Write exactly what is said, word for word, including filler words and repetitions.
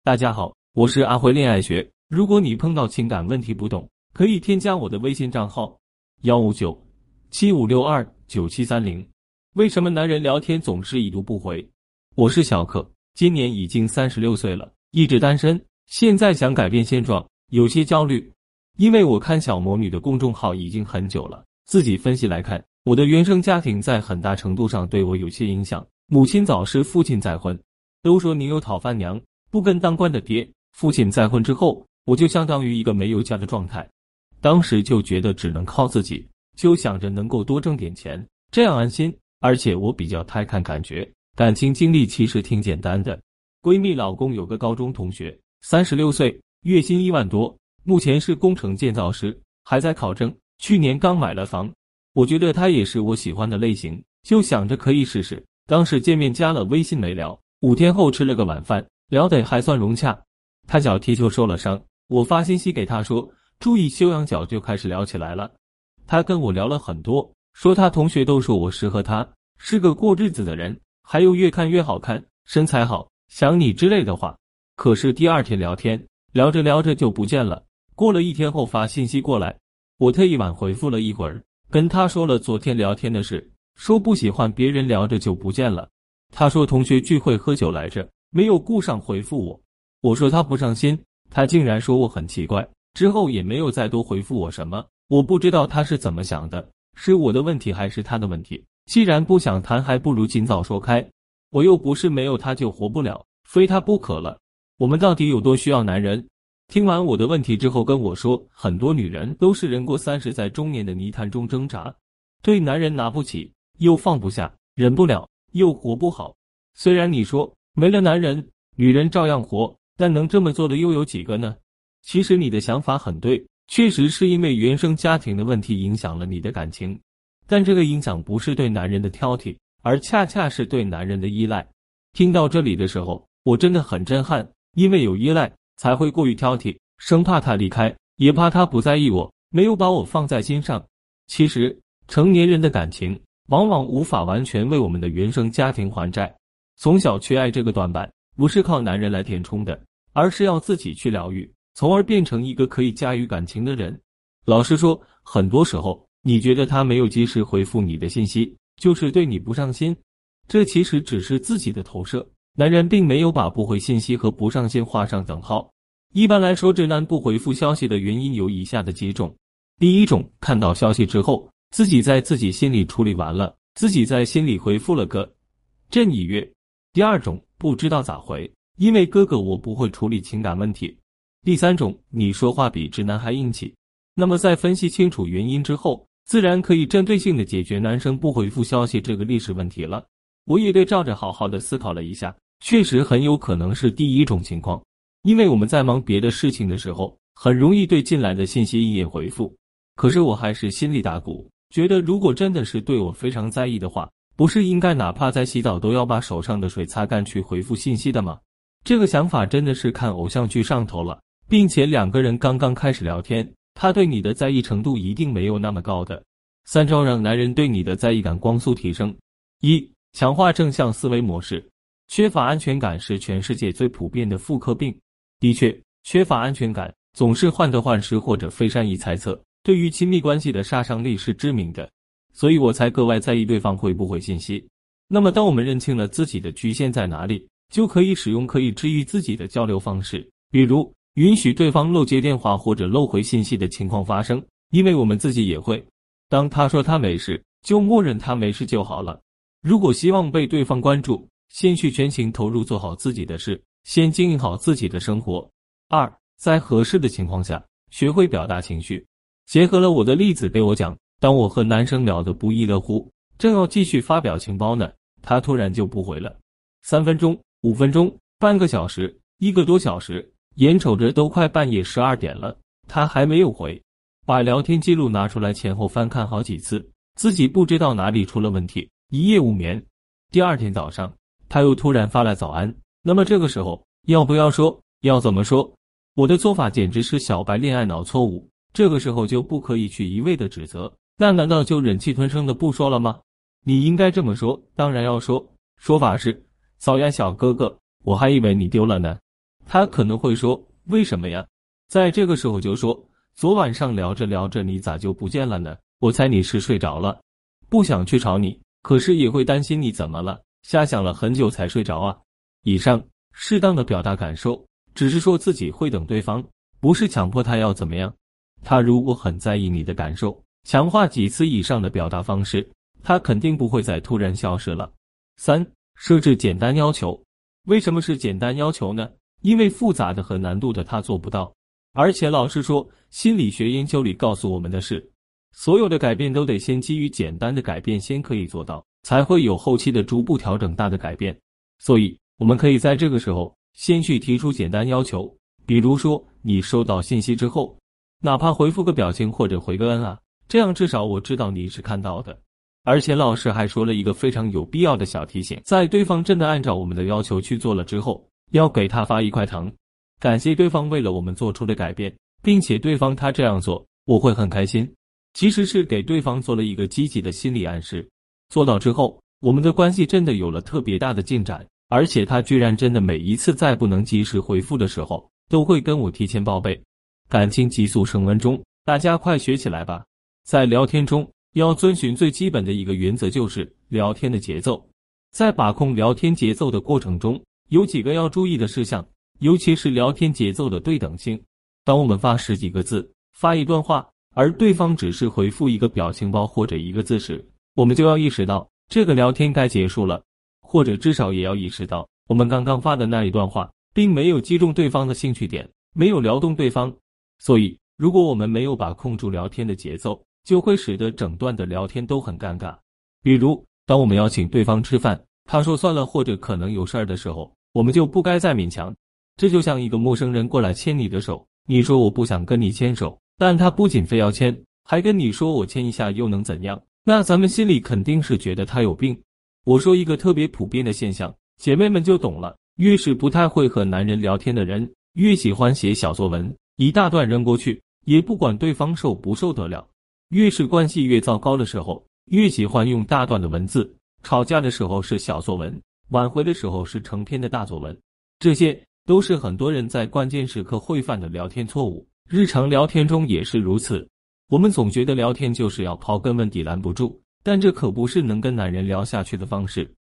大家好，我是阿辉恋爱学。如果你碰到情感问题不懂，可以添加我的微信账号幺五九七五六二九七三零。为什么男人聊天总是已读不回？我是小可，今年已经三十六岁了，一直单身，现在想改变现状，有些焦虑。因为我看小魔女的公众号已经很久了，自己分析来看，我的原生家庭在很大程度上对我有些影响。母亲早逝，父亲再婚，都说你有讨饭娘不跟当官的爹。父亲再婚之后，我就相当于一个没有家的状态，当时就觉得只能靠自己，就想着能够多挣点钱，这样安心。而且我比较太看感觉，感情经历其实挺简单的。闺蜜老公有个高中同学，三十六岁，月薪一万多，目前是工程建造师，还在考证，去年刚买了房。我觉得他也是我喜欢的类型，就想着可以试试。当时见面加了微信没聊，五天后吃了个晚饭，聊得还算融洽。他脚踢球受了伤，我发信息给他说注意休养脚，就开始聊起来了。他跟我聊了很多，说他同学都说我适合他，是个过日子的人，还有越看越好看，身材好，想你之类的话。可是第二天聊天，聊着聊着就不见了。过了一天后发信息过来，我特意晚回复了一会儿，跟他说了昨天聊天的事，说不喜欢别人聊着就不见了。他说同学聚会喝酒来着，没有顾上回复我。我说他不上心，他竟然说我很奇怪，之后也没有再多回复我什么。我不知道他是怎么想的，是我的问题还是他的问题？既然不想谈，还不如尽早说开。我又不是没有他就活不了，非他不可了。我们到底有多需要男人？听完我的问题之后跟我说，很多女人都是人过三十，在中年的泥潭中挣扎，对男人拿不起，又放不下，忍不了，又活不好。虽然你说没了男人，女人照样活，但能这么做的又有几个呢？其实你的想法很对，确实是因为原生家庭的问题影响了你的感情，但这个影响不是对男人的挑剔，而恰恰是对男人的依赖。听到这里的时候，我真的很震撼，因为有依赖才会过于挑剔，生怕他离开，也怕他不在意我，没有把我放在心上。其实成年人的感情往往无法完全为我们的原生家庭还债，从小缺爱这个短板不是靠男人来填充的，而是要自己去疗愈，从而变成一个可以驾驭感情的人。老实说，很多时候你觉得他没有及时回复你的信息，就是对你不上心，这其实只是自己的投射。男人并没有把不回信息和不上心画上等号。一般来说，直男不回复消息的原因有以下的几种。第一种，看到消息之后，自己在自己心里处理完了，自己在心里回复了个朕已阅。第二种，不知道咋回，因为哥哥我不会处理情感问题。第三种，你说话比直男还硬气。那么在分析清楚原因之后，自然可以针对性的解决男生不回复消息这个历史问题了。我也对照着好好的思考了一下，确实很有可能是第一种情况。因为我们在忙别的事情的时候，很容易对进来的信息一眼回复。可是我还是心里打鼓，觉得如果真的是对我非常在意的话，不是应该哪怕在洗澡都要把手上的水擦干去回复信息的吗？这个想法真的是看偶像剧上头了，并且两个人刚刚开始聊天，他对你的在意程度一定没有那么高的。三招让男人对你的在意感光速提升。一、强化正向思维模式。缺乏安全感是全世界最普遍的妇科病。的确，缺乏安全感总是患得患失或者非善意猜测，对于亲密关系的杀伤力是致命的。所以我才格外在意对方回不回信息。那么当我们认清了自己的局限在哪里，就可以使用可以治愈自己的交流方式，比如允许对方漏接电话或者漏回信息的情况发生，因为我们自己也会。当他说他没事，就默认他没事就好了。如果希望被对方关注，先去全情投入做好自己的事，先经营好自己的生活。二，在合适的情况下，学会表达情绪。结合了我的例子给我讲，当我和男生聊得不亦乐乎，正要继续发表情包呢，他突然就不回了。三分钟、五分钟、半个小时、一个多小时，眼瞅着都快半夜十二点了，他还没有回。把聊天记录拿出来前后翻看好几次，自己不知道哪里出了问题，一夜无眠。第二天早上，他又突然发来早安。那么这个时候要不要说，要怎么说？我的做法简直是小白恋爱脑错误。这个时候就不可以去一味的指责，那难道就忍气吞声的不说了吗？你应该这么说，当然要说。说法是，早呀小哥哥，我还以为你丢了呢。 他可能会说为什么呀？在这个时候就说昨晚上聊着聊着你咋就不见了呢？我猜你是睡着了，不想去吵你，可是也会担心你怎么了，瞎想了很久才睡着啊。以上适当的表达感受，只是说自己会等对方，不是强迫他要怎么样。他如果很在意你的感受，强化几次以上的表达方式，他肯定不会再突然消失了。三、设置简单要求。为什么是简单要求呢？因为复杂的和难度的他做不到。而且老实说，心理学研究里告诉我们的是，所有的改变都得先基于简单的改变先可以做到，才会有后期的逐步调整大的改变。所以我们可以在这个时候先去提出简单要求，比如说你收到信息之后，哪怕回复个表情或者回个嗯啊，这样至少我知道你是看到的。而且老师还说了一个非常有必要的小提醒，在对方真的按照我们的要求去做了之后，要给他发一块糖，感谢对方为了我们做出的改变，并且对方他这样做，我会很开心。其实是给对方做了一个积极的心理暗示。做到之后，我们的关系真的有了特别大的进展，而且他居然真的每一次在不能及时回复的时候，都会跟我提前报备。感情急速升温中，大家快学起来吧。在聊天中，要遵循最基本的一个原则，就是聊天的节奏。在把控聊天节奏的过程中，有几个要注意的事项，尤其是聊天节奏的对等性。当我们发十几个字，发一段话，而对方只是回复一个表情包或者一个字时，我们就要意识到这个聊天该结束了，或者至少也要意识到我们刚刚发的那一段话并没有击中对方的兴趣点，没有撩动对方。所以如果我们没有把控住聊天的节奏，就会使得整段的聊天都很尴尬。比如当我们邀请对方吃饭，他说算了或者可能有事儿的时候，我们就不该再勉强。这就像一个陌生人过来牵你的手，你说我不想跟你牵手，但他不仅非要牵，还跟你说我牵一下又能怎样，那咱们心里肯定是觉得他有病。我说一个特别普遍的现象，姐妹们就懂了，越是不太会和男人聊天的人，越喜欢写小作文，一大段扔过去，也不管对方受不受得了。越是关系越糟糕的时候，越喜欢用大段的文字，吵架的时候是小作文，挽回的时候是成篇的大作文。这些都是很多人在关键时刻会犯的聊天错误，日常聊天中也是如此。我们总觉得聊天就是要刨根问底拦不住，但这可不是能跟男人聊下去的方式。